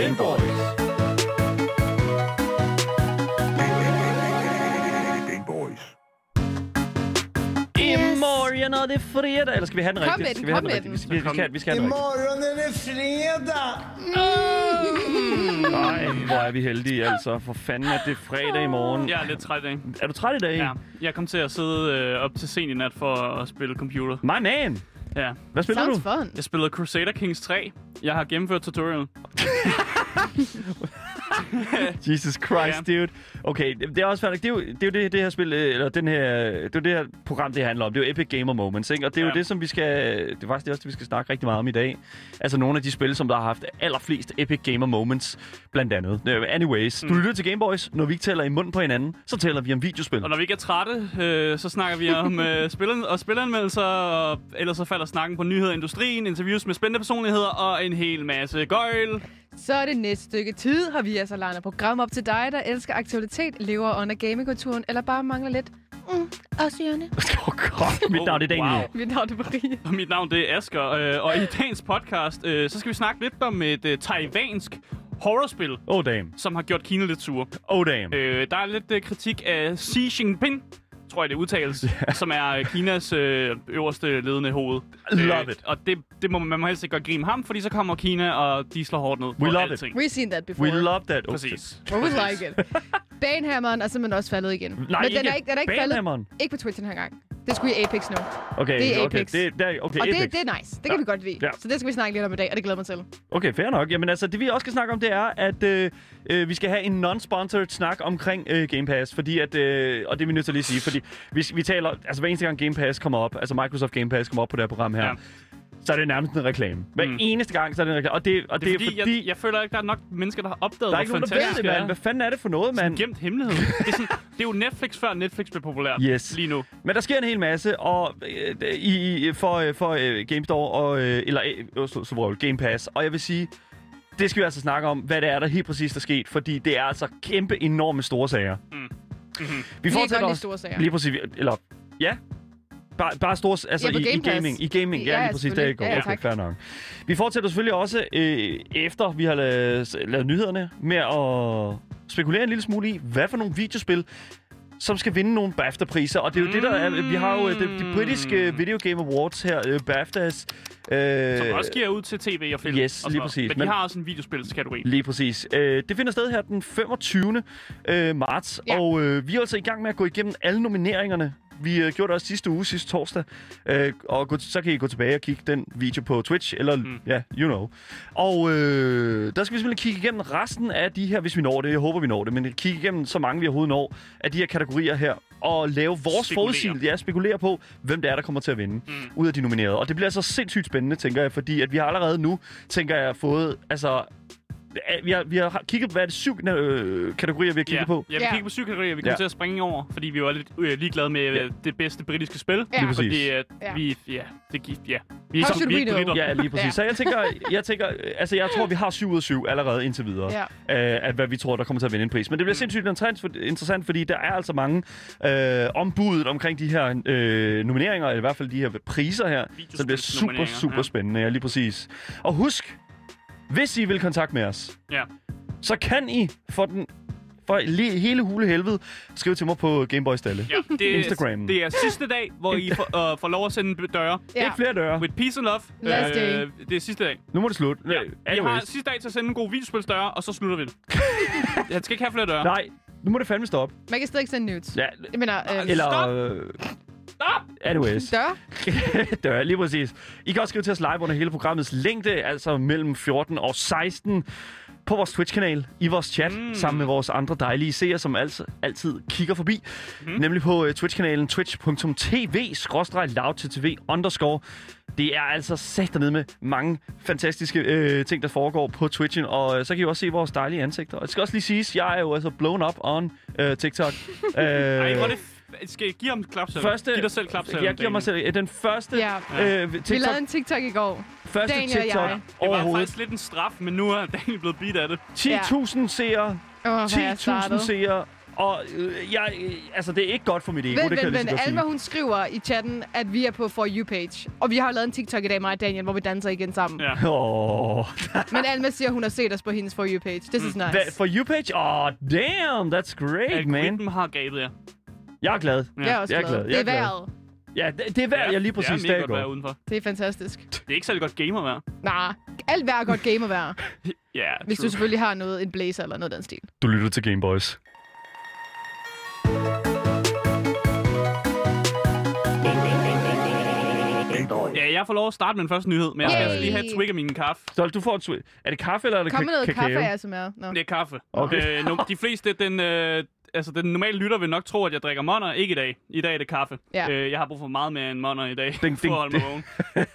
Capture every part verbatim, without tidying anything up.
Game Boys. Game Boys. Yes. I morgen er det fredag. Eller skal vi have den Kom rigtigt? med den, Skal vi have kom den med rigtigt? den. Vi skal, vi skal, vi skal have I den rigtigt. morgen er det fredag. Nej, hvor er vi heldige, altså. For fanden, at det er fredag i morgen. Jeg er lidt træt i dag. Er du træt i dag? Ja, jeg kom til at sidde øh, op til sent i nat for at spille computer. My man! Ja. Hvad spiller Sounds du? fun. Jeg spillede Crusader Kings tre. Jeg har gennemført tutorial. Jesus Christ, Ja. dude. Okay, det er også færdigt. Det er jo det, er jo det, det her spil, øh, eller den her, det er jo det her program, det handler om. Det er jo Epic Gamer Moments, ikke? Og det er jo Ja. det, som vi skal, det er faktisk det også, det, vi skal snakke rigtig meget om i dag. Altså nogle af de spil, som der har haft allerflest Epic Gamer Moments, blandt andet. Anyways, mm. du lytter til Game Boys. Når vi ikke taler i munden på hinanden, så taler vi om videospil. Og når vi ikke er trætte, øh, så snakker vi om øh, spil- og spilanmeldelser, og ellers så falder snakken på nyheder i industrien, interviews med spændende personligheder og en hel masse gøjl. Så er det næste stykke tid, har vi altså legnet program op til dig, der elsker aktualitet, lever under gamingkulturen, eller bare mangler lidt mm, også Jørne. Åh, oh, godt. Mit navn er Daniel. Wow. Mit navn er Marie. Og mit navn det er Asger, øh, og i dagens podcast, øh, så skal vi snakke lidt om et øh, taiwansk horrorspil, Oh, damn. som har gjort Kina lidt sur. Oh, damn. Øh, der er lidt øh, kritik af Xi Jinping, tror jeg det udtales, yeah. som er øh, Kinas øh, øverste ledende hoved. Love it. Og det, det må man må helst ikke gøre grin med ham, fordi så kommer Kina, og de slår hårdt ned på We love alting. We've seen that before. We love that. Oh, Præcis. We like it. Banehammeren er simpelthen også faldet igen. Nej, Men den ikke er ikke, den er ikke faldet. Banehammeren. Ikke på Twitch den her gang. Det skulle i Apex nu. Okay, Det er okay. Apex. Det, det er, okay, Og Apex. det, det er nice. Det kan Ja. vi godt lide. Ja. Så det skal vi snakke lidt om i dag, og det glæder mig til. Okay, fair nok. Jamen altså, det vi også skal snakke om, det er, at øh, øh, vi skal have en non-sponsored snak omkring øh, Game Pass. Fordi at, øh, og det er vi nødt til at lige sige, fordi vi, vi taler, altså hver eneste gang Game Pass kommer op, altså Microsoft Game Pass kommer op på det her program her, Ja. så er det nærmest en reklame. Hver mm. eneste gang, så er det en reklame. Og det, og Det er det fordi, er fordi, jeg, jeg føler ikke, der er nok mennesker, der har opdaget, der er hvor ikke nogen, der ved fantastisk det, det mand. er. Hvad fanden er det for noget, Sådan mand? en gemt hemmelighed. Det er, sådan, det er jo Netflix, før Netflix blev populært Yes. lige nu. Men der sker en hel masse, og øh, i, i, for, øh, for øh, Game Store, og, øh, eller øh, så, så, så, Game Pass, og jeg vil sige, det skal vi altså snakke om, hvad det er, der helt præcis er sket, fordi det er altså kæmpe, enorme store sager. Mm. Mm-hmm. Vi Vi kan fortsætter godt lide også, store sager. lige præcis, eller, ja, bare, bare store, altså Ja, på i, i Game Pass. gaming, i gaming, ja, Ja, lige præcis, det er selvfølgelig. godt, Ja, ja, okay, tak. fair nok. Vi fortsætter selvfølgelig også, øh, efter vi har lavet, lavet nyhederne, med at spekulere en lille smule i, hvad for nogle videospil, som skal vinde nogle BAFTA-priser. Og det er jo mm. det, der er... Vi har jo de, de britiske Video Game Awards her, uh, BAFTAs. Øh, Som også giver ud til tv og film. Yes, og lige så. præcis. Men, Men- de har også en videospilskategori. Lige præcis. Øh, det finder sted her den femogtyvende Øh, marts, Ja. og øh, vi er altså i gang med at gå igennem alle nomineringerne. Vi øh, gjorde det også sidste uge, sidste torsdag, øh, og gå, så kan I gå tilbage og kigge den video på Twitch, eller mm. ja, you know. Og øh, der skal vi simpelthen kigge igennem resten af de her, hvis vi når det, jeg håber vi når det, men kigge igennem så mange vi overhovedet når, af de her kategorier her, og lave vores Spekulere. forudsigelse, ja, spekulere på, hvem det er, der kommer til at vinde mm. ud af de nominerede. Og det bliver altså sindssygt spændende, tænker jeg, fordi at vi har allerede nu, tænker jeg, fået, altså... Vi har, vi har kigget på, hvad er det syv øh, kategorier, vi har kigget Ja, på? ja, vi Ja. kigger på syv kategorier. Vi kommer Ja. til at springe over, fordi vi var lidt øh, ligeglade med øh, Ja. det bedste britiske spil. Ja. Lige præcis. Fordi at Ja. vi, ja, det gik, ja. Vi er How ikke should vi er we ikke know? britter. Ja, lige præcis. Ja. Så jeg tænker, jeg tænker, altså jeg tror, vi har syv ud af syv allerede indtil videre, Ja. øh, at hvad vi tror, der kommer til at vinde en pris. Men det bliver sindssygt interessant, interessant fordi der er altså mange øh, ombud omkring de her øh, nomineringer, eller i hvert fald de her priser her, så det bliver super, Videospilsnomineringer, super ja. spændende, ja, lige præcis. Og husk, hvis I vil kontakte med os, Ja. så kan I for den for li- hele hule helvede skrive til mig på Gameboys Dalle. Ja, det, Instagram. det er sidste dag, hvor I får, øh, får lov at sende døre. Ja. Ikke flere døre. With peace and love. Last day. det er sidste dag. Nu må det slutte. Ja. Ja. Vi har Anyways. sidste dag til at sende en god videospilsdøre, og så slutter vi det. Jeg skal ikke have flere døre. Nej, nu må det fandme stoppe. Man kan stadig sende nudes. Ja, Jeg mener, øh, eller... Stop. Øh, Stop! anyways. dør. Dør, lige præcis. I kan også skrive til os live under hele programmets længde, altså mellem fjorten og seksten, på vores Twitch-kanal, i vores chat, mm. sammen med vores andre dejlige seere, som altid, altid kigger forbi. Mm. Nemlig på uh, Twitch-kanalen twitch punktum tv skråstreg loudttv underscore. Det er altså sat dernede med mange fantastiske øh, ting, der foregår på Twitchen, og øh, så kan I også se vores dejlige ansigter. Og det skal også lige siges, jeg er jo altså blown up on øh, TikTok. øh, Ej, hvor er det f- skal jeg give ham klapsalve? Første, Giv dig selv klapsalve. jeg giver mig selv øh, den første Ja. øh, Vi TikTok, lavede en TikTok i går. første Daniel og TikTok jeg. Det var overhovedet. faktisk lidt en straf, men nu er Daniel blevet beat af det. ti tusind seere, Åh, hvor er jeg ti tusind startet. seere, Og øh, jeg, øh, altså, det er ikke godt for mit ego, Vent, det kan vent, jeg lige vent. så godt Alma, sige. hun skriver i chatten, at vi er på For You-page. Og vi har jo lavet en TikTok i dag, mig og Daniel, hvor vi danser igen sammen. Ja. Åh. Men Alma siger, hun har set os på hendes For You-page. This is nice. Hvad, for you-page? Åh, oh, damn, that's great, man. Algoritmen har gabet jer. Jeg er glad. Jeg er også Jeg er glad. glad. Det Jeg er er glad. vejret. Ja, det, det er værd, jeg lige præcis det er mega der godt vejr går. udenfor. Det er fantastisk. Det er ikke særlig godt gamervejr. Nej, alt vejr er godt gamervejr. Ja, yeah, Hvis du selvfølgelig har noget, en blazer eller noget af den stil. Du lytter til Game Boys. Ja, jeg får lov at starte med den første nyhed, men jeg skal Yay! altså lige have et twig af min kaffe. Så du får et sweet. Er det kaffe, eller er det Kom med noget kakao? kaffe, A S M R. No. Det er kaffe. Okay. Øh, no, de fleste, den, øh, altså, den normale lytter vil nok tro, at jeg drikker monner. Ikke i dag. I dag er det kaffe. Ja. Øh, jeg har brug for meget mere end monner i dag, Ding, for ding, at holde mig vågen.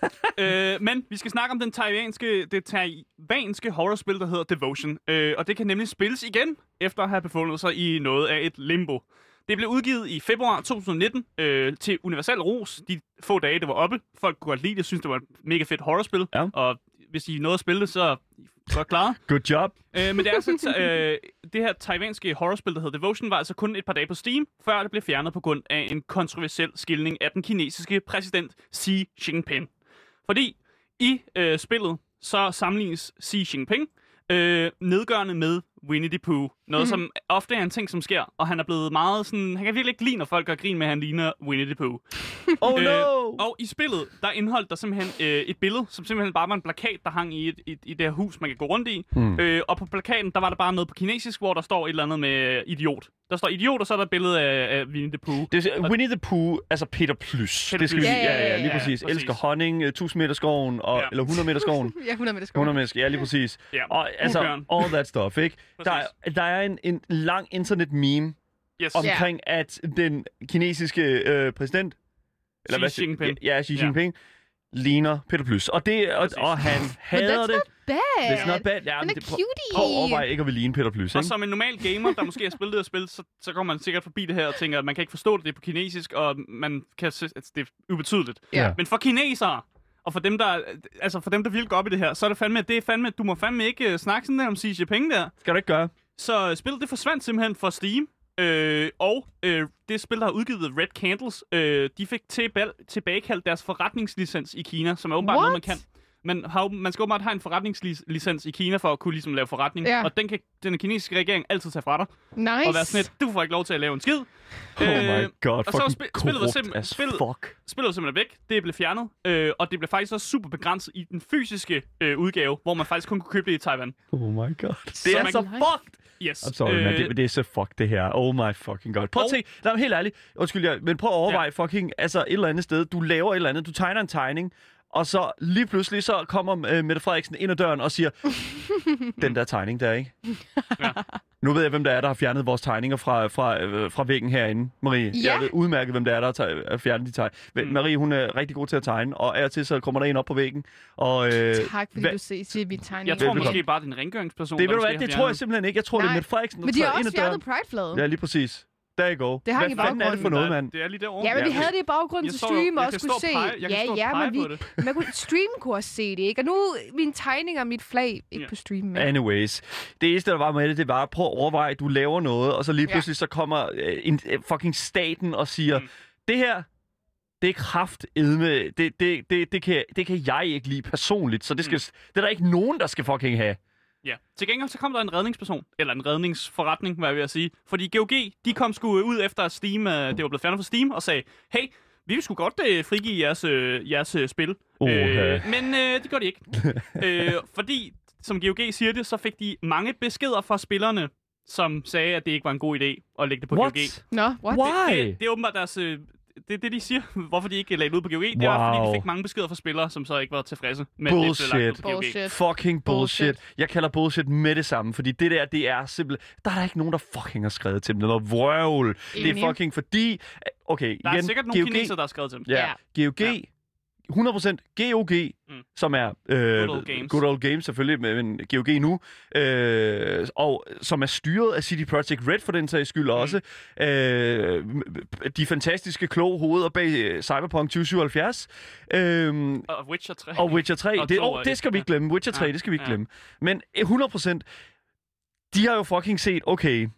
øh, men vi skal snakke om den taiwanske, det taiwanske horrorspil, der hedder Devotion. Øh, og det kan nemlig spilles igen, efter at have befundet sig i noget af et limbo. Det blev udgivet i februar to tusind nitten øh, til Universal Ros. De få dage, det var oppe. Folk kunne godt lide det. Jeg synes, det var et mega fedt horrorspil. Ja. Og hvis I nåede at spille det, så er I godt klaret. Good job. Øh, men det er altså, øh, det her taiwanske horrorspil, der hedder Devotion, var altså kun et par dage på Steam, før det blev fjernet på grund af en kontroversiel skilning af den kinesiske præsident Xi Jinping. Fordi i øh, spillet, så sammenlignes Xi Jinping øh, nedgørende med Winnie the Pooh. Noget, mm. som ofte er en ting, som sker, og han er blevet meget sådan... Han kan virkelig ikke lide, når folk gør grin med, at han ligner Winnie the Pooh. Oh no! Og i spillet, der indeholdt der simpelthen øh, et billede, som simpelthen bare var en plakat, der hang i, et, i, i det her hus, man kan gå rundt i. Mm. Øh, og på plakaten, der var der bare noget på kinesisk, hvor der står et eller andet med idiot. Der står idiot, og så er der et billede af, af Winnie the Pooh. Det er Winnie the Pooh, altså Peter Plus. Peter Det skal Plys. vi, Ja, ja, ja, lige ja, præcis. præcis. Elsker honning, uh, tusind meter skoven, og, Ja. eller hundrede meter skoven. Ja, hundrede meter skole. hundrede meter, ja, lige præcis. Ja, Og altså, Uldbjørn. all that stuff, ikke? Der, er- der er en, en lang internet-meme Yes. omkring, at den kinesiske øh, præsident... Xi hvad siger- Jinping. Ja, Xi Ja. Jinping. Ligner Peter Plus. Og, det, og, Præcis. og han But hader that's det. not bad. It's not bad. Ja, Den men er det, prøv, cutie. prøv at overveje ikke at ville ligne Peter Plus, Og ikke? som en normal gamer, der måske har spillet det og spillet, så, så kommer man sikkert forbi det her og tænker, at man kan ikke forstå det, det er på kinesisk, og man kan se, at det er ubetydeligt. Ja. Men for kinesere, og for dem, der, altså for dem, der virkelig går op i det her, så er det fandme, det er fandme, du må fandme ikke uh, snakke sådan der om Xi Jinping der. Skal du ikke gøre? Så spillet, det forsvandt simpelthen fra Steam, øh, og øh, det spil, der har udgivet Red Candles, øh, de fik tilbage, tilbagekaldt deres forretningslicens i Kina, som er åbenbart What? noget, man kan. Man, har, man skal åbenbart have en forretningslicens i Kina for at kunne ligesom lave forretning, Ja. og den kan den kinesiske regering altid tage fra dig. Nice. Og være sådan et, du får ikke lov til at lave en skid. Oh my god, og så fucking spi- spillet var korrupt simpelthen- as spillet- fuck. Spillet var simpelthen væk, det blev fjernet, øh, og det blev faktisk også super begrænset i den fysiske øh, udgave, hvor man faktisk kun kunne købe det i Taiwan. Oh my god. Det Så er man så kan- fucked! Yes. I'm sorry, øh, man. Det, det er så fuck, det her. Oh my fucking god. Prøv at Og- tænke, lad mig helt ærligt. Undskyld, jeg, men prøv at overveje ja. fucking, altså et eller andet sted. Du laver et eller andet, du tegner en tegning, og så lige pludselig så kommer øh, Mette Frederiksen ind ad døren og siger, den der tegning der, ikke? Ja. Nu ved jeg, hvem der er, der har fjernet vores tegninger fra, fra, øh, fra væggen herinde. Marie, Ja. jeg ved udmærket, hvem der er, der har teg- har fjernet de tegninger. Mm. Marie, hun er rigtig god til at tegne, og af og til så kommer der en op på væggen. Og, øh, Tak, fordi hvad- du ser, siger min tegning. Jeg tror Velbekomme. måske bare, det er en rengøringsperson. det, der ved du måske hvad, har det tror jeg fjernet. simpelthen ikke. Jeg tror, det er Nej. Mette Frederiksen, der Men de har træder også ind ad døren. fjernet Pride-flaget. Ja, lige præcis. Der you go. Det hang Hvad i fanden er det for baggrunden. noget, Der- mand? Det er lige derovre. Ja, men vi Ja. havde det i baggrunden Jeg til står- stream, jeg og kan skulle stå og se. pege- jeg kan Ja, stå og ja, pege men på vi, det. man kunne, stream kunne også se det, ikke? Og nu mine tegninger og mit flag ikke Ja. på stream mere. Anyways, det eneste, der var med det, det var, prøv at overveje, at du laver noget, og så lige Ja. pludselig så kommer øh, en, øh, fucking staten og siger, Mm. det her, det er kraftedme, det, det, det, det, kan, det kan jeg ikke lide personligt, så det, skal, Mm. det er der ikke nogen, der skal fucking have. Ja. Til gengæld så kom der en redningsperson, eller en redningsforretning, hvad jeg vil sige. Fordi G O G, de kom sgu ud efter at Steam, øh, det var blevet fjernet fra Steam, og sagde, hey, vi vil sgu godt øh, frigive jeres, øh, jeres øh, spil. Oha. Øh, men øh, det gør de ikke. øh, fordi, som G O G siger det, så fik de mange beskeder fra spillerne, som sagde, at det ikke var en god idé at lægge det på G O G. What? Nå, what? Why? Det, det er åbenbart deres... Øh, det er det, de siger, hvorfor de ikke lagde det ud på G O G. Det er, Wow. fordi de fik mange beskeder fra spillere, som så ikke var tilfredse med, at det Bullshit. blev lagt ud på G O G. Bullshit. Fucking bullshit. Bullshit. Jeg kalder bullshit med det samme, fordi det der, det er simpelthen... Der er der ikke nogen, der fucking har skrevet til dem. Det er noget vrøvl. Det Enig. er fucking fordi... Okay, Der er igen, sikkert nogle G O G, kinesere, der har skrevet til dem. Ja, G O G, Ja. hundrede procent G O G, Mm. som er øh, Good old games. Good Old Games selvfølgelig, men G O G nu, øh, og som er styret af C D Projekt Red for den sags skyld mm. også. Øh, de fantastiske kloge hoveder bag øh, Cyberpunk tyve syvoghalvfjerds. Øh, Og Witcher tre. og Witcher tre. Og Det, to oh, er det skal vi ja. ikke glemme. Witcher tre, Ja. det skal vi ikke Ja. glemme. Men hundrede procent, de har jo fucking set, okay,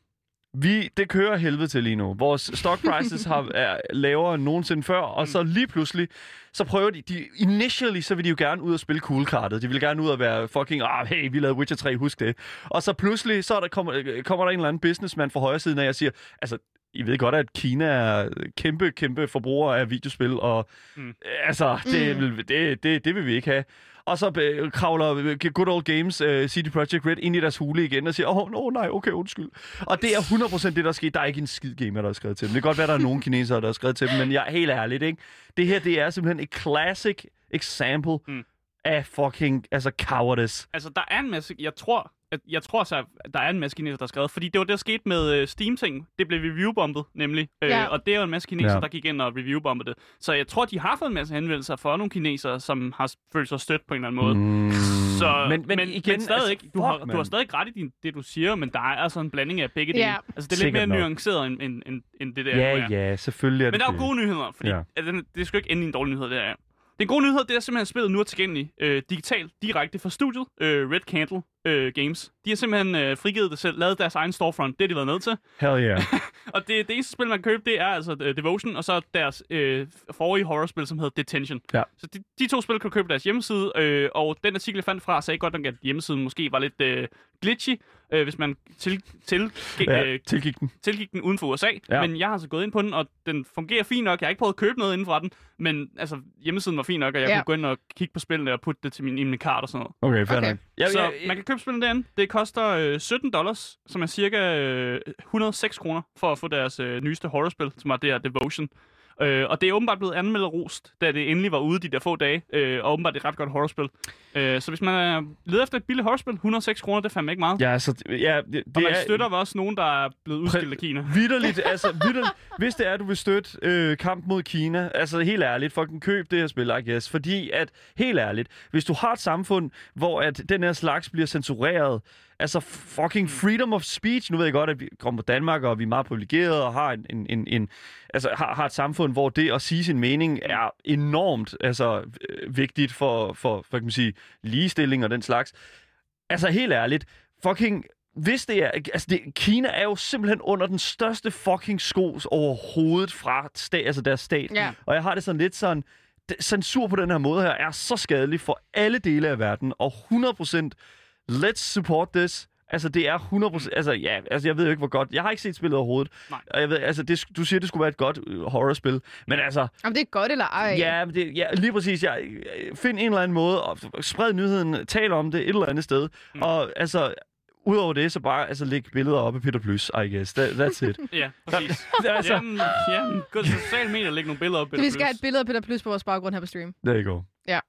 Vi, det kører helvede til lige nu. Vores stock prices har, er lavere end nogensinde før, og så lige pludselig, så prøver de, de... Initially, så vil de jo gerne ud og spille cool-kartet. De vil gerne ud og være fucking, ah, hey, vi lavede Witcher tre, husk det. Og så pludselig, så er der, kommer, kommer der en eller anden businessman fra højre siden af, og siger, altså, I ved godt, at Kina er kæmpe, kæmpe forbruger af videospil, og mm. altså, det, mm. det, det, det vil vi ikke have. Og så øh, kravler Good Old Games, uh, C D Projekt Red, ind i deres hule igen og siger, åh, oh, no, nej, okay, undskyld. Og det er hundrede procent det, der sker. Der er ikke en skid gamer, der er skrevet til dem. Det kan godt være, der er nogle kinesere, der er skrevet til dem, men jeg er helt ærligt, ikke? Det her, det er simpelthen et classic example mm. af fucking, altså, cowardice. Altså, der er en masse, jeg tror... Jeg tror så, at der er en masse kineser, der har skrevet, fordi det var det, der skete med uh, Steam-ting. Det blev reviewbombet, nemlig. Ja. Uh, og det er jo en masse kineser, ja. der gik ind og reviewbombede det. Så jeg tror, de har fået en masse henvendelser fra nogle kinesere, som har følt sig stødt på en eller anden måde. Mm. Så, men, men, men, igen, men stadig ikke. Du, har, du har stadig ret i din, det, du siger, men der er altså en blanding af begge dele. Ja. Altså, det er lidt mere nok. nuanceret end, end, end, end det der. Ja, ja, selvfølgelig er det. Men der er jo gode nyheder, fordi ja. det, det skal ikke ende i en dårlig nyhed, det er. Den gode nyhed, det er simpelthen, at spillet nu er tilgængeligt øh, digitalt, direkte fra studiet, øh, Red Candle øh, Games. De har simpelthen øh, frigivet det selv, lavet deres egen storefront. Det har de været nødt til. Hell yeah. Og det, det eneste spil, man kan købe, det er altså uh, Devotion, og så deres øh, forrige horrorspil, som hedder Detention. Ja. Så de, de to spil kan du købe på deres hjemmeside, øh, og den artikel, jeg fandt fra, sagde godt nok, at hjemmesiden måske var lidt øh, glitchy, øh, hvis man til, til, ja, øh, tilgik den. tilgik den uden for U S A. Ja. Men jeg har så gået ind på den, og den fungerer fint nok. Jeg har ikke prøvet at købe noget inden fra den, men altså, hjemmesiden var fint nok, og jeg ja. kunne gå ind og kigge på spillene og putte det til min inventarie og sådan noget. Okay, fair okay. nok. Ja, så ja, ja. man kan købe spillene derinde. Det koster øh, sytten dollars, som er cirka øh, et hundrede og seks kroner, for at få deres øh, nyeste horrorspil, som er det her Devotion. Øh, og det er åbenbart blevet anmeldt og rost, da det endelig var ude de der få dage, øh, og åbenbart det er et ret godt horrorspil. Øh, så hvis man er leder efter et billigt horrorspil, et hundrede og seks kroner, det er fandme ikke meget. Ja, altså, ja, det, og man er, støtter også nogen, der er blevet udskilt af Kina. Vitterligt, altså, vitterligt. Hvis det er, du vil støtte øh, kamp mod Kina, altså helt ærligt, fucking køb det her spil, I guess. Fordi at, helt ærligt, hvis du har et samfund, hvor at den her slags bliver censureret, altså fucking freedom of speech. Nu ved jeg godt, at vi kommer på Danmark, og vi er meget privilegerede, og har, en, en, en, en, altså, har, har et samfund, hvor det at sige sin mening er enormt altså, øh, vigtigt for, for, for kan man sige, ligestilling og den slags. Altså helt ærligt, fucking... Hvis det er... Altså, det, Kina er jo simpelthen under den største fucking skos overhovedet fra stat, altså deres stat. Yeah. Og jeg har det sådan lidt sådan... Censur på den her måde her er så skadelig for alle dele af verden, og hundrede procent let's support this. Altså, det er hundrede procent... Altså, ja, altså, jeg ved jo ikke, hvor godt... Jeg har ikke set spillet overhovedet. Nej. Og jeg ved, altså, det, du siger, det skulle være et godt uh, horrorspil. Men altså... Om det er godt eller ej? Ja, men det, ja lige præcis. Ja, find en eller anden måde, og spred nyheden, tal om det et eller andet sted. Mm. Og altså... Udover det, så bare altså, lægge billeder op af Peter Plys, I guess. That, that's it. Ja, præcis. altså... Jamen, jamen, gå til sociale medier og lægge nogle billeder op af Peter Plys. Vi skal have et billede af Peter Plys på vores baggrund her på stream. There you go. Ja.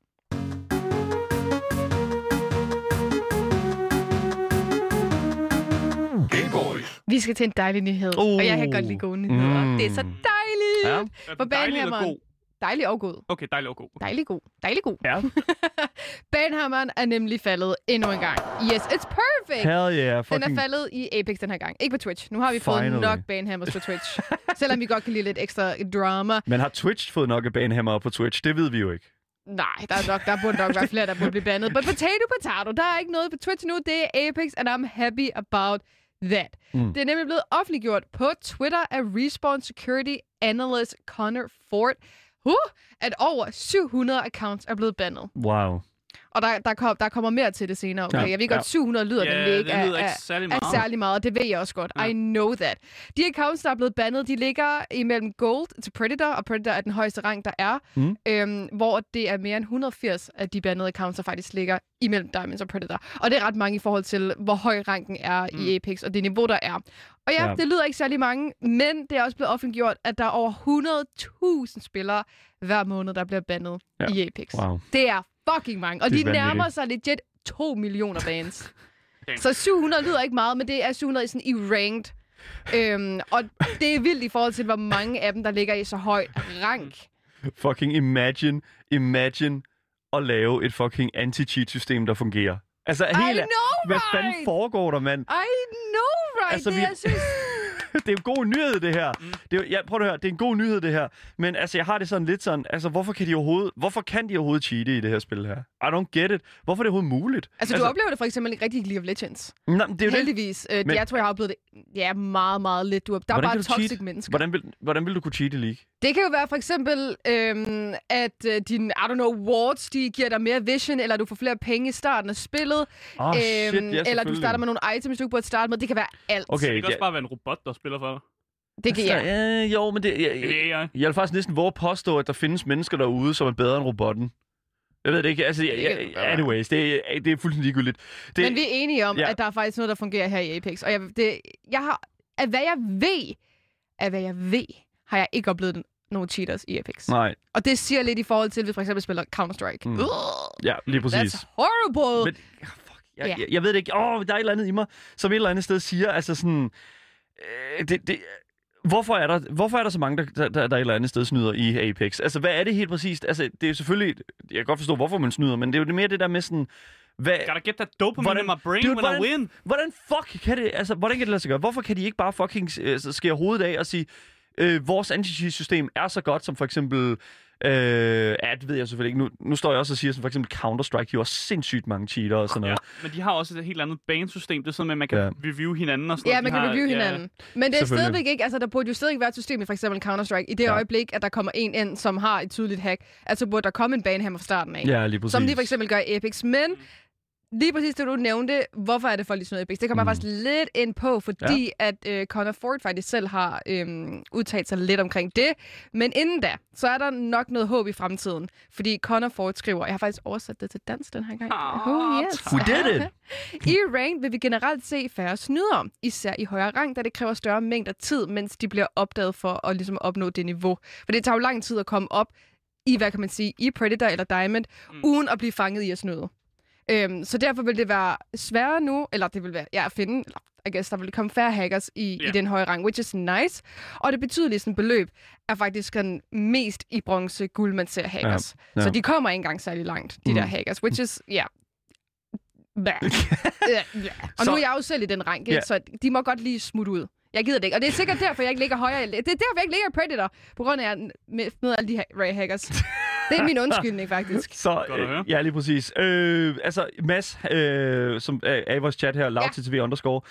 Vi skal til en dejlig nyhed, oh. og jeg kan godt lide gode nyheder. Mm. Det er så dejligt. Ja. For dejlig eller god? Dejlig og god. Okay, dejlig og god. Dejlig god. Dejlig god. Ja. Banehammeren er nemlig faldet endnu en gang. Yes, it's perfect! Hell yeah. Fucking... Den er faldet i Apex den her gang. Ikke på Twitch. Nu har vi Finally. fået nok Banehammers på Twitch. Selvom vi godt kan lide lidt ekstra drama. Men har Twitch fået nok af Banehammer på Twitch? Det ved vi jo ikke. Nej, der, er nok, der burde nok være flere, der burde blive bandet. But potato, potato. Der er ikke noget på Twitch nu. Det er Apex, and I'm happy about that. Mm. Det er nemlig blevet offentliggjort på Twitter af Respawn Security Analyst Connor Ford, uh, at over syv hundrede accounts er blevet bandet. Wow. Og der, der, kom, der kommer mere til det senere, okay? Ja, jeg ved godt, ja. syv hundrede lyder ja, nemlig ikke, det lyder er, ikke særlig meget. er særlig meget. Det ved jeg også godt. Ja. I know that. De accounts, der er blevet bandet, de ligger imellem Gold til Predator, og Predator er den højeste rang, der er. Mm. Øhm, hvor det er mere end et hundrede og firs af de bandede accounts, der faktisk ligger imellem Diamonds og Predator. Og det er ret mange i forhold til, hvor høj ranken er mm. i Apex, og det niveau, der er. Og ja, ja, det lyder ikke særlig mange, men det er også blevet offentliggjort, at der er over hundrede tusind spillere hver måned, der bliver bandet ja. i Apex. Wow. Det er fucking mange. Og de nærmer sig legit to millioner bands. Så syv hundrede lyder ikke meget, men det er syv hundrede sådan i ranked. Øhm, og det er vildt i forhold til, hvor mange af dem, der ligger i så høj rank. Fucking imagine, imagine at lave et fucking anti-cheat-system, der fungerer. Altså, I hele, know, hvad right? fanden foregår der, mand? I know, right? Altså, det, vi... jeg synes... det er jo god nyhed, det her. Mm. Det er, ja, prøv at høre, det er en god nyhed, det her. Men altså, jeg har det sådan lidt sådan, altså, hvorfor kan de overhovedet, hvorfor kan de overhovedet cheate i det her spil her? I don't get it. Hvorfor er det overhovedet muligt? Altså, du altså, oplever det for eksempel ikke rigtig i League of Legends. Nej, det er jo heldigvis. Det. Men, jeg tror, jeg har oplevet det ja, meget, meget lidt. Du, der er bare toxic cheat? mennesker. Hvordan vil, hvordan vil du kunne cheate i League? Det kan jo være for eksempel, øhm, at øh, dine, I don't know, wards, de giver dig mere vision, eller du får flere penge i starten af spillet. Oh, øhm, shit, ja, eller du starter med nogle items, du ikke burde starte med. Det kan være alt. Okay, det kan ja. også bare være en robot, der spiller for dig. Det kan jeg. Ja, jo, men det... Jeg, jeg, det jeg. jeg vil faktisk næsten våge påstå, at der findes mennesker derude, som er bedre end robotten. Jeg ved det ikke. Altså, jeg, jeg, anyways, det er, det er fuldstændig ligegyldigt. Det, men vi er enige om, ja. at der er faktisk noget, der fungerer her i Apex. Og jeg, det, jeg har... Af hvad jeg ved, af hvad jeg ved, har jeg ikke oplevet nogle cheaters i Apex. Nej. Og det siger lidt i forhold til, at vi for eksempel spiller Counter-Strike. Mm. Ja, lige præcis. That's horrible! Men, fuck, jeg, yeah. jeg, jeg ved det ikke. Åh, oh, der er et eller andet i mig, som et eller andet sted siger, altså sådan... Øh, det, det, hvorfor, er der, hvorfor er der så mange, der, der, der, der et eller andet sted snyder i Apex? Altså, hvad er det helt præcist? Altså, det er selvfølgelig... Jeg kan godt forstå, hvorfor man snyder, men det er jo mere det der med sådan... Hvad, Gotta get that dopamine hvordan, in my brain dude, when hvordan, I win. Hvordan fuck kan det... Altså, hvordan kan det lade sig gøre? Hvorfor kan de ikke bare fucking uh, skære hovedet af og sige... Øh, vores anti-cheat-system er så godt, som for eksempel... Øh, ja, det ved jeg selvfølgelig ikke. Nu, nu står jeg også og siger, som for eksempel Counter-Strike, de har også sindssygt mange cheater og sådan noget. Ja, men de har også et helt andet banesystem. Det er sådan, at man kan ja. review hinanden og sådan ja, noget. Ja, man kan har, review hinanden. Ja. Men det er stadigvæk ikke... Altså, der burde jo stadig være et system i for eksempel Counter-Strike. I det ja. øjeblik, at der kommer en ind, som har et tydeligt hack, altså burde der komme en banehammer fra starten af. Ja, lige præcis. Som de for eksempel gør i Apex. Men... Lige præcis det, du nævnte, hvorfor er det folk, de snyder i Apex? Det kommer mm. faktisk lidt ind på, fordi ja. at øh, Connor Ford faktisk selv har øh, udtalt sig lidt omkring det. Men inden da, så er der nok noget håb i fremtiden. Fordi Connor Ford skriver, jeg har faktisk oversat det til dansk den her gang. Oh, oh yes. Who did it? I Ranked vil vi generelt se færre snydere, især i højere rang, da det kræver større mængder tid, mens de bliver opdaget for at ligesom opnå det niveau. For det tager jo lang tid at komme op i, hvad kan man sige, i Predator eller Diamond, mm. uden at blive fanget i at snyde. Øhm, så derfor vil det være sværere nu, eller det vil være ja, at finde, eller I guess, der vil komme færre hackers i, yeah. i den høje rang, which is nice. Og det betydelige sådan, beløb er faktisk den mest i bronze guld, man ser hackers. Ja, ja. Så de kommer ikke engang særlig langt, de mm. der hackers, which is, ja... Yeah. yeah, yeah. Og så... nu er jeg jo selv i den rank, yeah. så de må godt lige smutte ud. Jeg gider det ikke. Og det er sikkert derfor, jeg ikke ligger højere. Det er derfor, jeg ikke ligger i Predator, på grund af, at jeg med, med alle de her Ray hackers. Det er min undskyldning, faktisk. Så, øh, ja, lige præcis. Øh, altså, Mads, øh, som er i vores chat her, lavttv ja. underscore.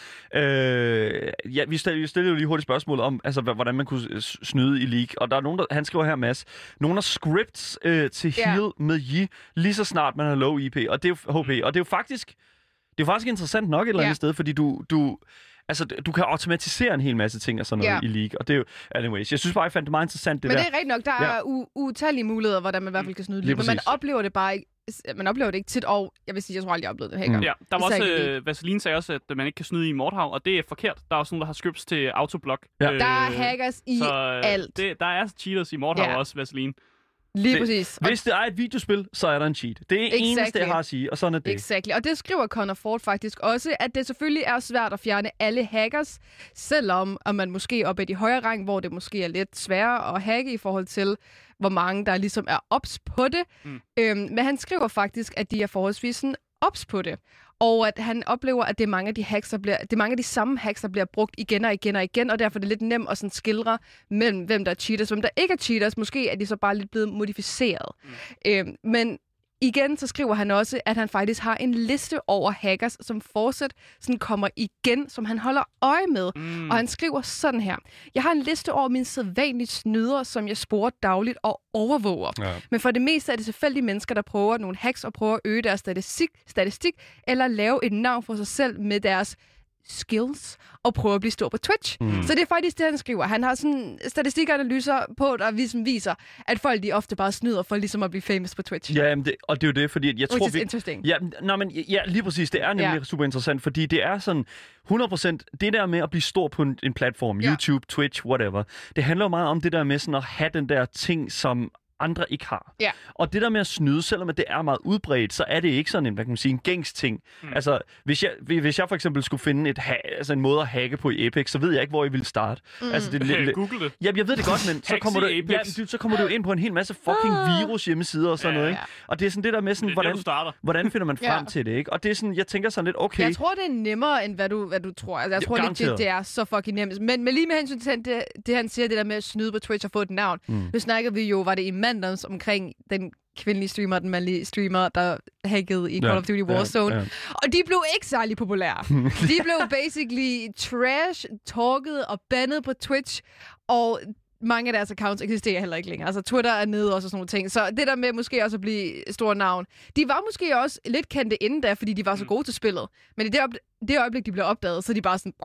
Øh, ja, vi stillede, vi stillede jo lige hurtigt spørgsmål om, altså, hvordan man kunne snyde i League. Og der er nogen, der, han skriver her, Mads, nogle af scripts øh, til ja. heal med Yi, lige så snart man har low I P. Og det er jo H P. Og det er jo faktisk, det er faktisk interessant nok et eller andet ja. sted, fordi du... du Altså, du kan automatisere en hel masse ting og sådan noget yeah. i League, og det er jo... Anyways, jeg synes bare, jeg fandt det meget interessant, det men der. Men det er rigtigt nok, der ja. er u- utallige muligheder, hvordan man i hvert fald kan snyde League, men man oplever det bare ikke... Man oplever det ikke tit, og jeg vil sige, jeg tror aldrig, jeg har oplevet det her gang. Ja, der var også... Øh, Vaseline sagde også, at man ikke kan snyde i Mordhav, og det er forkert. Der er også nogen, der har scripts til autoblock. Ja. Øh, der er hackers i så, alt. Det, der er cheaters i Mordhav ja. også, Vaseline. Lige det, præcis. Hvis det er et videospil, så er der en cheat. Det er exactly. eneste, jeg har at sige, og sådan er det. Exactly. Og det skriver Connor Ford faktisk også, at det selvfølgelig er svært at fjerne alle hackers, selvom at man måske er oppe i de højere rang, hvor det måske er lidt sværere at hacke i forhold til, hvor mange der ligesom er ops på det. Mm. Øhm, men han skriver faktisk, at de er forholdsvis sådan ops på det. Og at han oplever, at det er mange af de hacks, der bliver, det er mange af de samme hacks, der bliver brugt igen og igen og igen, og derfor er det lidt nemt at sådan skildre mellem, hvem der er cheaters, hvem der ikke er cheaters. Måske er de så bare lidt blevet modificeret. Mm. Øhm, men igen, så skriver han også, at han faktisk har en liste over hackers, som fortsat sådan kommer igen, som han holder øje med. Mm. Og han skriver sådan her. Jeg har en liste over mine sædvanlige snydere, som jeg sporer dagligt og overvåger. Ja. Men for det meste er det selvfølgelig mennesker, der prøver nogle hacks og prøver at øge deres statistik, statistik eller lave et navn for sig selv med deres skills og prøve at blive stor på Twitch. Mm. Så det er faktisk det, han skriver. Han har sådan statistikanalyser på, der ligesom viser, at folk de ofte bare snyder for ligesom at blive famous på Twitch. Ja, det, og det er jo det, fordi jeg Which tror... is vi, interesting. Ja, nej, men, ja, lige præcis. Det er nemlig yeah. super interessant, fordi det er sådan hundrede procent det der med at blive stor på en, en platform, yeah. YouTube, Twitch, whatever. Det handler jo meget om det der med sådan at have den der ting, som andre ikke har. Ja. Og det der med at snyde, selvom det er meget udbredt, så er det ikke sådan en, hvad kan man sige, en gængs ting. Mm. Altså, hvis jeg, hvis jeg for eksempel skulle finde et ha- altså en måde at hacke på i Apex, så ved jeg ikke, hvor jeg ville starte. Mm. Altså, det er Hey, lidt, Google det. Jamen, jeg ved det godt, men så kommer, du, ja, du, så kommer du ind på en hel masse fucking virus hjemmesider og sådan Ja, noget, ikke? Og det er sådan det der med sådan, Det er hvordan, der, du starter. hvordan finder man frem Ja. til det, ikke? Og det er sådan, jeg tænker sådan lidt, okay... Jeg tror, det er nemmere, end hvad du, hvad du tror. Altså, jeg Ja, tror ikke, garanteret. det, det er så fucking nemt. Men, men lige med hensyn til det, det, han siger, det der med at snyde på Twitch og få et navn. Mm. Nu snakker vi jo, var det i mandags omkring den kvindelige streamer, den mandlige streamer, der hackede i Call Ja, of Duty Warzone. ja, ja. Og de blev ikke særlig populære. De blev basically trash-talket og bandet på Twitch, og mange af deres accounts eksisterer heller ikke længere. Altså Twitter er nede også og sådan nogle ting. Så det der med måske også at blive stor navn. De var måske også lidt kendte inden da, fordi de var så gode til spillet. Men i det, op- det øjeblik, de blev opdaget, så er de bare sådan...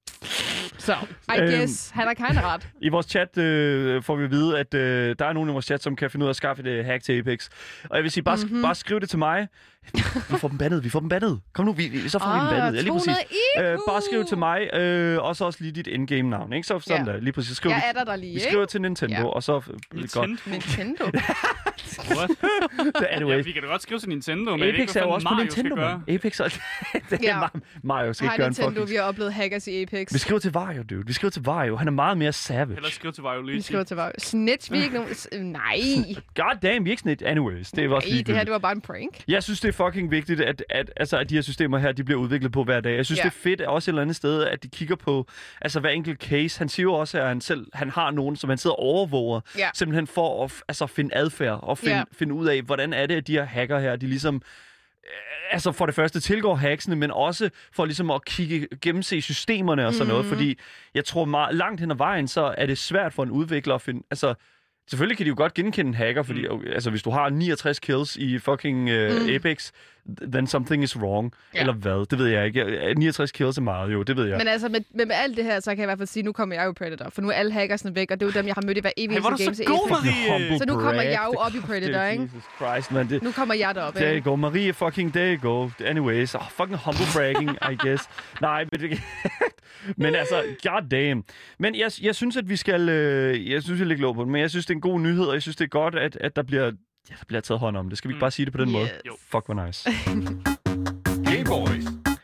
Så, I Øhm, guess, han er kind ret. I vores chat øh, får vi at vide, at øh, der er nogen i vores chat, som kan finde ud af at skaffe et hack til Apex. Og jeg vil sige, bare, mm-hmm. bare skriv det til mig. Vi får dem bandet, vi får dem bandet. Kom nu, vi, vi, så får ah, vi dem bandet. Ja, lige præcis. Øh, bare skriv til mig, øh, og så også lige dit endgame-navn, ikke? Så sådan Ja. der, lige præcis. Skriv Jeg vi, er der der lige, vi ikke? skriver til Nintendo, Ja. og så... Nintendo? Nintendo? What? Anyway. Ja, vi kan da godt skrive til Nintendo, men Apex ikke, er jo også på Mario Nintendo, skal gøre. man. Apex er... det Ja. er Mario skal Har ikke gøre en Nintendo, fucking... vi har oplevet hackers i Apex. Vi skriver til Wario, dude. Vi skriver til Wario. Han er meget mere savage. Eller skrive til Wario Vi Luigi. skriver til Wario. Snitch, vi er ikke nogen... S- Nej. God damn, vi er ikke sådan et anyways. Det er også Nej, det her, ligegyldigt. det var bare en prank. Jeg synes, det er fucking vigtigt, at, at, altså, at de her systemer her, de bliver udviklet på hver dag. Jeg synes, Ja. det er fedt også et eller andet sted, at de kigger på altså, hver enkelt case. Han siger jo også, at han selv han har nogen, som han sidder og overvåger, Ja. simpelthen for at altså, finde adfærd og finde, Ja. finde ud af, hvordan er det, at de her hacker her, de ligesom... øh, Altså for det første tilgår hacksene, men også for ligesom at kigge, gennemse systemerne og sådan noget. Mhm. Fordi jeg tror meget langt hen ad vejen, så er det svært for en udvikler at finde... Altså, selvfølgelig kan de jo godt genkende en hacker, fordi mm. altså, hvis du har niogtres kills i fucking uh, mm. Apex, then something is wrong. Ja. Eller hvad? Det ved jeg ikke. niogtres kills er meget, jo. Det ved jeg. Men altså, med, med, med alt det her, så kan jeg i hvert fald sige, nu kommer jeg jo i Predator. For nu er alle hackersne væk, og det er jo dem, jeg har mødt i hver evig Hey, hvor er du games så i god, Apex. Marie! Humble Så nu kommer brag. jeg jo op i Predator, ikke? Jesus Christ, man. Det, Nu kommer jeg derop, there ikke? you go. Marie fucking there you go. Anyways. Oh, fucking humble bragging, I guess. Nej, men det... men altså, god damn. Men jeg, jeg synes, at vi skal... Øh, jeg synes, jeg lægger lov på det, men jeg synes, det er en god nyhed, og jeg synes, det er godt, at, at der bliver... Ja, der bliver taget hånd om det. Skal vi ikke bare sige det på den Yes. måde? Jo. Fuck, hvor nice. Game Boys.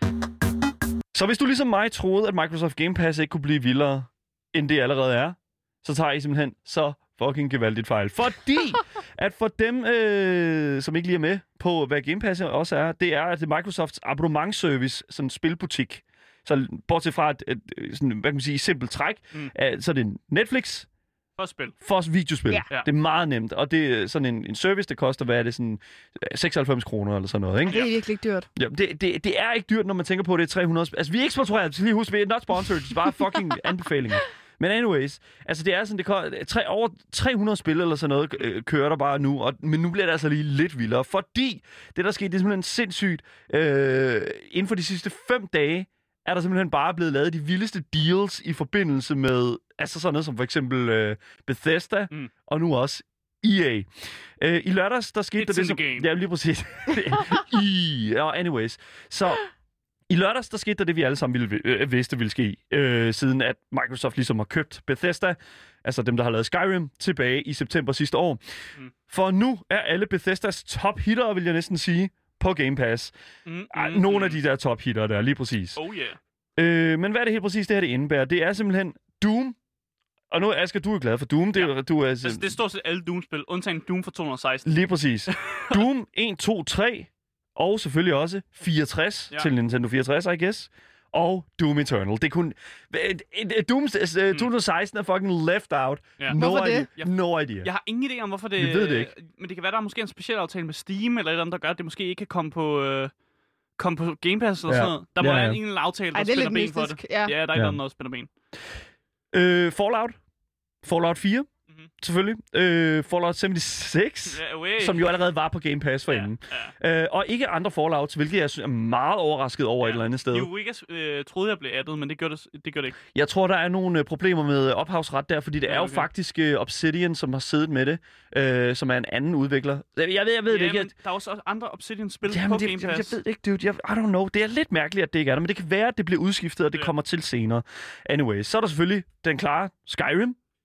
Så hvis du ligesom mig troede, at Microsoft Game Pass ikke kunne blive vildere, end det allerede er, så tager I simpelthen så fucking gevaldigt fejl. Fordi at for dem, øh, som ikke lige er med på, hvad Game Pass også er, det er, at det er Microsofts abonnementsservice, sådan en spilbutik. Så bortset fra et, et, et sådan, hvad kan man sige, simpelt træk, Mm. at, så er det Netflix For spil. for os videospil. Ja. Ja. Det er meget nemt, og det er sådan en, en service, der koster, hvad er det, sådan seksoghalvfems kroner eller sådan noget, ikke? Det er virkelig ikke dyrt. Ja, det, det, det er ikke dyrt, når man tænker på, at det er tre hundrede... sp- Altså, vi er ikke sponsoreret, så lige husk, vi er not sponsored. Det er bare fucking anbefalinger. Men anyways, altså det er sådan, det koster, tre, over tre hundrede spil eller sådan noget øh, kører der bare nu, og, men nu bliver det altså lige lidt vildere, fordi det, der skete, det er simpelthen sindssygt. Øh, inden for de sidste fem dage er der simpelthen bare blevet lavet de vildeste deals i forbindelse med, altså sådan noget som for eksempel øh, Bethesda, Mm. og nu også E A. Øh, I lørdags, der skete It's der det, in som... the game. Ja, lige præcis. I, ja, anyways. Så i lørdags, der skete der det, vi alle sammen ville, øh, vidste ville ske, øh, siden at Microsoft ligesom har købt Bethesda, altså dem, der har lavet Skyrim, tilbage i september sidste år. Mm. For nu er alle Bethesdas top hitter, vil jeg næsten sige, på Game Pass. Mm, mm, Ej, nogle mm. af de der top hitter der, lige præcis. Oh yeah. Øh, men hvad er det helt præcis, det her det indebærer? Det er simpelthen Doom. Og nu, Asger, du er glad for Doom. Det, er, du er, Altså, det er stort set alle Doom-spil, undtagen Doom for to tusind og seksten. Lige præcis. Doom et, to, tre, og selvfølgelig også fireogtres Ja. til Nintendo fireogtres, I guess. Og Doom Eternal. Det kunne... Doom uh, to tusind og seksten er fucking left out. Ja. No Hvorfor idea. det? No idea. Jeg har ingen idé om, hvorfor det... Vi ved det ikke. Men det kan være, der er måske en speciel aftale med Steam, eller et eller andet, der gør, at det måske ikke kan komme på, øh, komme på Game Pass eller Ja. sådan noget. Der må Ja, ja. være en eller anden aftale, der Ej, det er spænder lidt ben for det. mystisk. Ja. Ja, der er et eller andet, der spænder ben. Øh, Fallout. Fallout fire. Mhm. Selvfølgelig. Øh, Fallout seventy-six. Ja, way. Som jo allerede var på Game Pass for inden. Ja. Øh, og ikke andre Fallouts, hvilket jeg synes er meget overrasket over ja. et eller andet sted. Eureka øh, troede, jeg blev addet, men det gør det, det, gør det ikke. Jeg tror, der er nogle øh, problemer med øh, ophavsret der, fordi det Ja, er jo okay. faktisk øh, Obsidian, som har siddet med det, øh, som er en anden udvikler. Jeg ved, jeg ved, jeg ved ja, det ikke. men der er også andre Obsidian-spil Jeg, på jamen, det, Game jeg, jeg Pass. ved det ikke, dude. Jeg, I don't know. Det er lidt mærkeligt, at det ikke er der, men det kan være, at det bliver udskiftet, og det Ja. kommer til senere. Anyway, så er der selvfølgelig den klare Skyrim.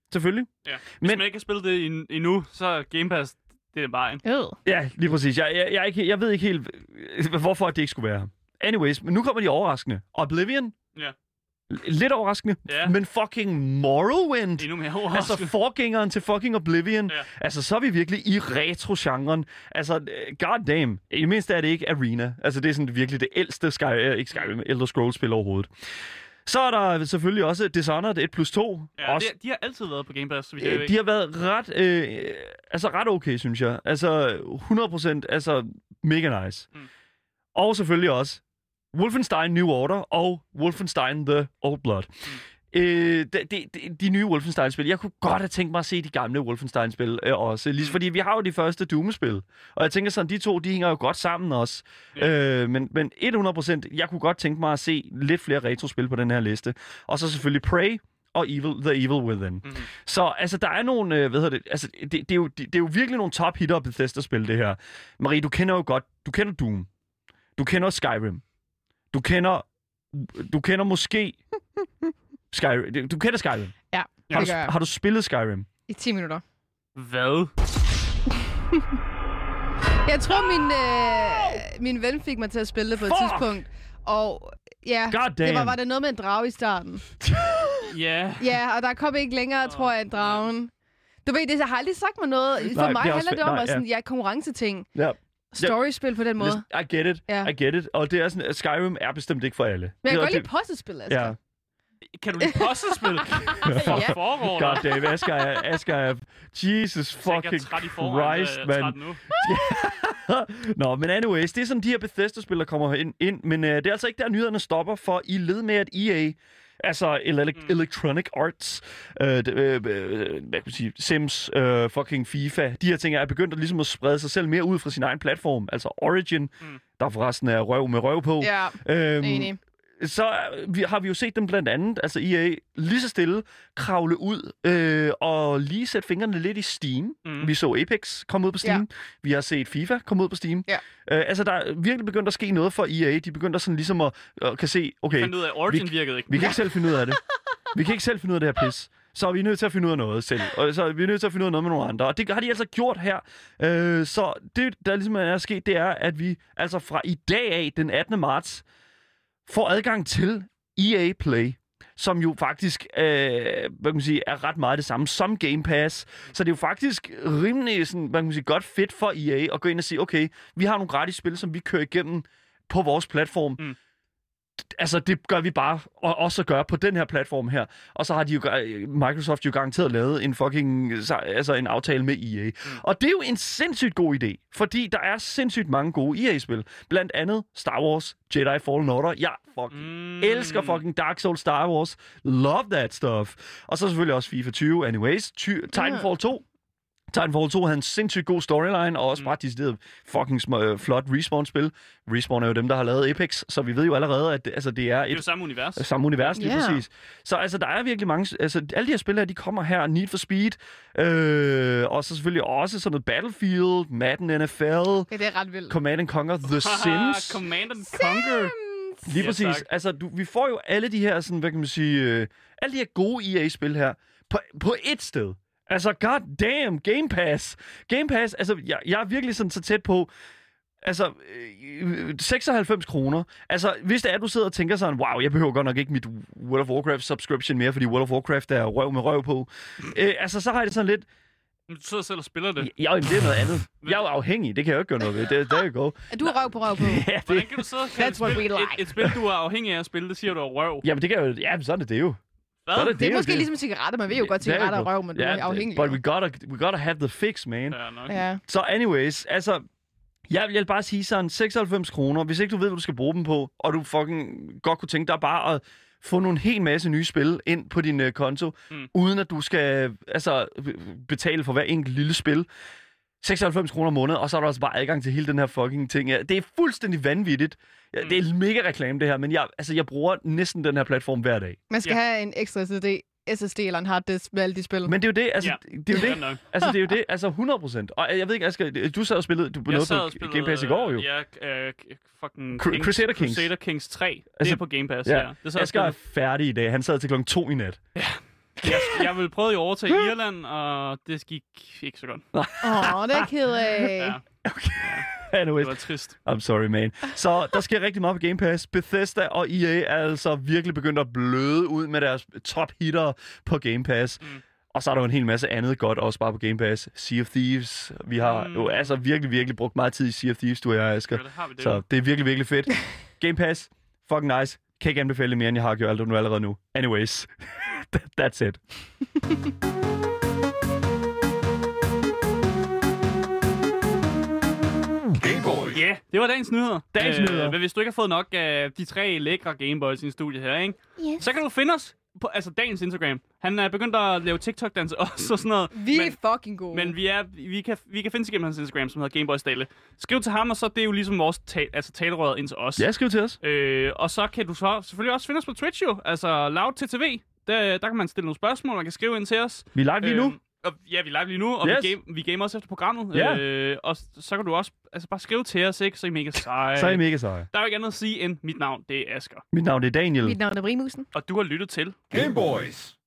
selvfølgelig. Ja. Hvis Men- man ikke har spillet det en- endnu, så er Game Pass, det er bare en. Øh. Ja, lige præcis. Jeg, jeg, jeg, er ikke, jeg ved ikke helt, øh, hvorfor det ikke skulle være her. Anyways, men nu kommer de overraskende. Oblivion. Ja. Lidt overraskende, Ja. men fucking Morrowind. Endnu mere Altså overraskende. forgængeren til fucking Oblivion. Ja. Altså, så er vi virkelig i retro-genren. Altså, øh, goddamn. I det mindste er det ikke Arena. Altså, det er sådan virkelig det ældste Sky, øh, ikke Skyrim, Elder Scrolls-spil overhovedet. Så er der selvfølgelig også Dishonored et plus to. Ja, også, det, de har altid været på Game Pass, så vidt jeg øh, ved. de har været ret, øh, altså ret okay, synes jeg. Altså, hundrede procent, altså mega nice. Mm. Og selvfølgelig også Wolfenstein New Order og Wolfenstein The Old Blood. Mm. Øh, de, de, de, de nye Wolfenstein-spil. Jeg kunne godt have tænkt mig at se de gamle Wolfenstein-spil øh, også. Ligesom, mm. Fordi vi har jo de første Doom-spil. Og jeg tænker sådan, de to, de hænger jo godt sammen også. Ja. Øh, men, men hundrede procent, jeg kunne godt tænke mig at se lidt flere retro-spil på den her liste. Og så selvfølgelig Prey og Evil, The Evil Within. Mm-hmm. Så altså, der er nogle, øh, hvad hedder det, altså, det, det, er jo, det, det er jo virkelig nogle top-hitter Bethesda-spil, det her. Marie, du kender jo godt, du kender Doom. Du kender Skyrim. Du kender, du kender måske Skyrim. Du kender Skyrim. Ja, Har det du, gør jeg. har du spillet Skyrim? I ti minutter. Hvad? Jeg tror, min, øh, min ven fik mig til at spille det på et Fuck! tidspunkt. Og ja, God det var, damn. var det noget med en drage i starten. Ja. Ja, og der kom ikke længere, tror jeg, en dragen. Du ved, det har aldrig sagt mig noget. For Nej, mig det er handler også- det om nej, at sådan, ja, konkurrenceting. Ja. Storyspil på den måde. I get it. Ja. I get it. Og det er sådan, at Skyrim er bestemt ikke for alle. Men jeg kan Det- godt lide det- puzzlespil, altså. Ja. Kan du lide puzzlespil? Ja. Hvad foregår der? God damn, Asger er, Asger er, Jesus Så jeg er fucking træt i forvejen, Christ, jeg er man. træt nu. Nå, men anyways, det er sådan, de her Bethesda-spil, der kommer ind, ind men øh, det er altså ikke der, nyhederne stopper, for i led med, at E A, altså ele- Mm. Electronic Arts, øh, det, øh, øh, hvad kan man sige, Sims, øh, fucking FIFA, de her ting er begyndt at, ligesom at sprede sig selv mere ud fra sin egen platform, altså Origin, Mm. der forresten er røv med røv på. Ja, Øhm, enig. så øh, vi, har vi jo set dem blandt andet, altså E A, lige så stille kravle ud øh, og lige sætte fingrene lidt i Steam. Mm. Vi så Apex komme ud på Steam. Ja. Vi har set FIFA komme ud på Steam. Ja. Øh, altså, der er virkelig begyndt at ske noget for E A. De begynder sådan ligesom at øh, kan se, okay, Fandt ud af, at Origin virkede ikke. vi kan ikke selv finde ud af det. Vi kan ikke selv finde ud af det her pis. Så er vi nødt til at finde ud af noget selv. Og så er vi nødt til at finde ud af noget med nogle andre. Og det har de altså gjort her. Øh, så det, der ligesom er sket, det er, at vi altså fra i dag af, den attende marts, får adgang til E A Play, som jo faktisk øh, hvad kan man sige, er ret meget det samme som Game Pass. Så det er jo faktisk rimelig sådan, hvad kan man sige, godt fedt for E A at gå ind og sige, okay, vi har nogle gratis spil, som vi kører igennem på vores platform. Mm. Altså, det gør vi bare, og også gøre på den her platform her. Og så har de jo, Microsoft jo garanteret lavet en fucking, altså en aftale med E A. Mm. Og det er jo en sindssygt god idé, fordi der er sindssygt mange gode E A-spil. Blandt andet Star Wars, Jedi Fallen Order. Jeg fucking Mm. elsker fucking Dark Souls, Star Wars. Love that stuff. Og så selvfølgelig også FIFA tyve, anyways. Ty- Titanfall to. Titanfall to havde en sindssygt god storyline, og også mm. bare decideret fucking sm- øh, flot Respawn-spil. Respawn er jo dem, der har lavet Apex, så vi ved jo allerede, at det, altså, det er Det er et jo samme univers. samme univers, lige Ja. præcis. Så altså, der er virkelig mange... Altså, alle de her spil her, de kommer her. Need for Speed, øh, og så selvfølgelig også sådan noget Battlefield, Madden N F L, Ja, det er ret vildt. Command and Conquer, The Sims. Command and Conquer. Lige Ja, præcis. tak. Altså, du, vi får jo alle de her, sådan, hvad kan man sige, øh, alle de her gode E A-spil her på, på ét sted. Altså, god damn, Game Pass. Game Pass, altså, jeg, jeg er virkelig sådan så tæt på, altså, øh, seksoghalvfems kroner. Altså, hvis det er, at du sidder og tænker sådan, wow, jeg behøver godt nok ikke mit World of Warcraft subscription mere, fordi World of Warcraft er røv med røv på. Øh, altså, så har jeg det sådan lidt, Men Du sidder selv og spiller det. ja, det er noget andet. Jeg er jo afhængig, det kan jeg jo ikke gøre noget ved. Det, there you go. Er du røv på røv på? Ja, Hvordan det, kan du sidde og kalde et That's what spil, we et, like. et spil, du er afhængig af at spille, det siger du er røv? jamen, det kan jo, ja, sådan er det jo. Hvad? Så er Det er jo måske det. ligesom cigaretter. Man ved jo godt, There you cigaretter er go. røv, men du er afhængig. But we gotta, we gotta have the fix, man. Ja, nok. Ja. Så anyways, altså, jeg vil bare sige sådan, seksoghalvfems kroner, hvis ikke du ved, hvad du skal bruge dem på, og du fucking godt kunne tænke dig bare at få nogle helt masse nye spil ind på din uh, konto, Mm. uden at du skal altså, betale for hver enkelt lille spil. seksoghalvfems kroner om måneden, og så er der også bare adgang til hele den her fucking ting. Ja, det er fuldstændig vanvittigt. Ja, det er mega reklame, det her, men jeg, altså, jeg bruger næsten den her platform hver dag. Man skal Ja. have en ekstra S S D, S S D eller en harddisk med alle de spil. Men det er jo det, altså, Ja. det er jo Ja, det. nok. Altså, det er jo det, altså hundrede procent. Og jeg ved ikke, Asger, du sad og spillede, du Jeg nåede sad på og spillede, Game Pass i går jo. Ja, uh, fucking Cru- Kings, Crusader Kings. Crusader Kings tre. Det Altså, er på Game Pass, ja. ja. Det sad jeg og Asger er spillede. færdig i dag. Han sad til klokken to i nat. Jeg, jeg ville prøve at overtage Irland, og det gik ikke så godt. Åh, oh, det er ked af. Ja, Anyways, det var trist. I'm sorry, man. Så der sker rigtig meget på Game Pass. Bethesda og E A er altså virkelig begyndt at bløde ud med deres top-hitter på Game Pass. Mm. Og så er der jo en hel masse andet godt også bare på Game Pass. Sea of Thieves. Vi har mm. jo altså virkelig, virkelig brugt meget tid i Sea of Thieves, du og jeg, Asger. Ja, det har vi det. Så det er virkelig, virkelig fedt. Game Pass, fucking nice. Kan ikke anbefale det mere, end jeg har gjort nu allerede nu. Anyways, that's it. Ja, yeah, det var dagens nyheder. Dagens nyheder. Øh, men hvis du ikke har fået nok af de tre lækre Gameboys i en studie her, ikke? Yes. Så kan du finde os på altså dagens Instagram. Han er begyndt at lave TikTok-danse også og sådan noget. Vi men, er fucking gode. Men vi, er, vi, kan, vi kan findes igennem hans Instagram, som hedder Gameboys Dale. Skriv til ham, og så det er jo ligesom vores ta- altså, talerøret ind til os. Ja, skriv til os. Øh, og så kan du så selvfølgelig også finde os på Twitch jo. Altså Loud T T V. Der, der kan man stille nogle spørgsmål, man kan skrive ind til os. Vi er live lige nu. Øh, og, ja, vi er live lige nu, og Yes. vi, game, vi gamer også efter programmet. Ja. Øh, og så kan du også altså, bare skrive til os, ikke? Så er I mega seje. Så er I mega seje. Der er jo ikke andet at sige end mit navn, det er Asger. Mit navn er Daniel. Mit navn er Brimusen. Og du har lyttet til Game Boys.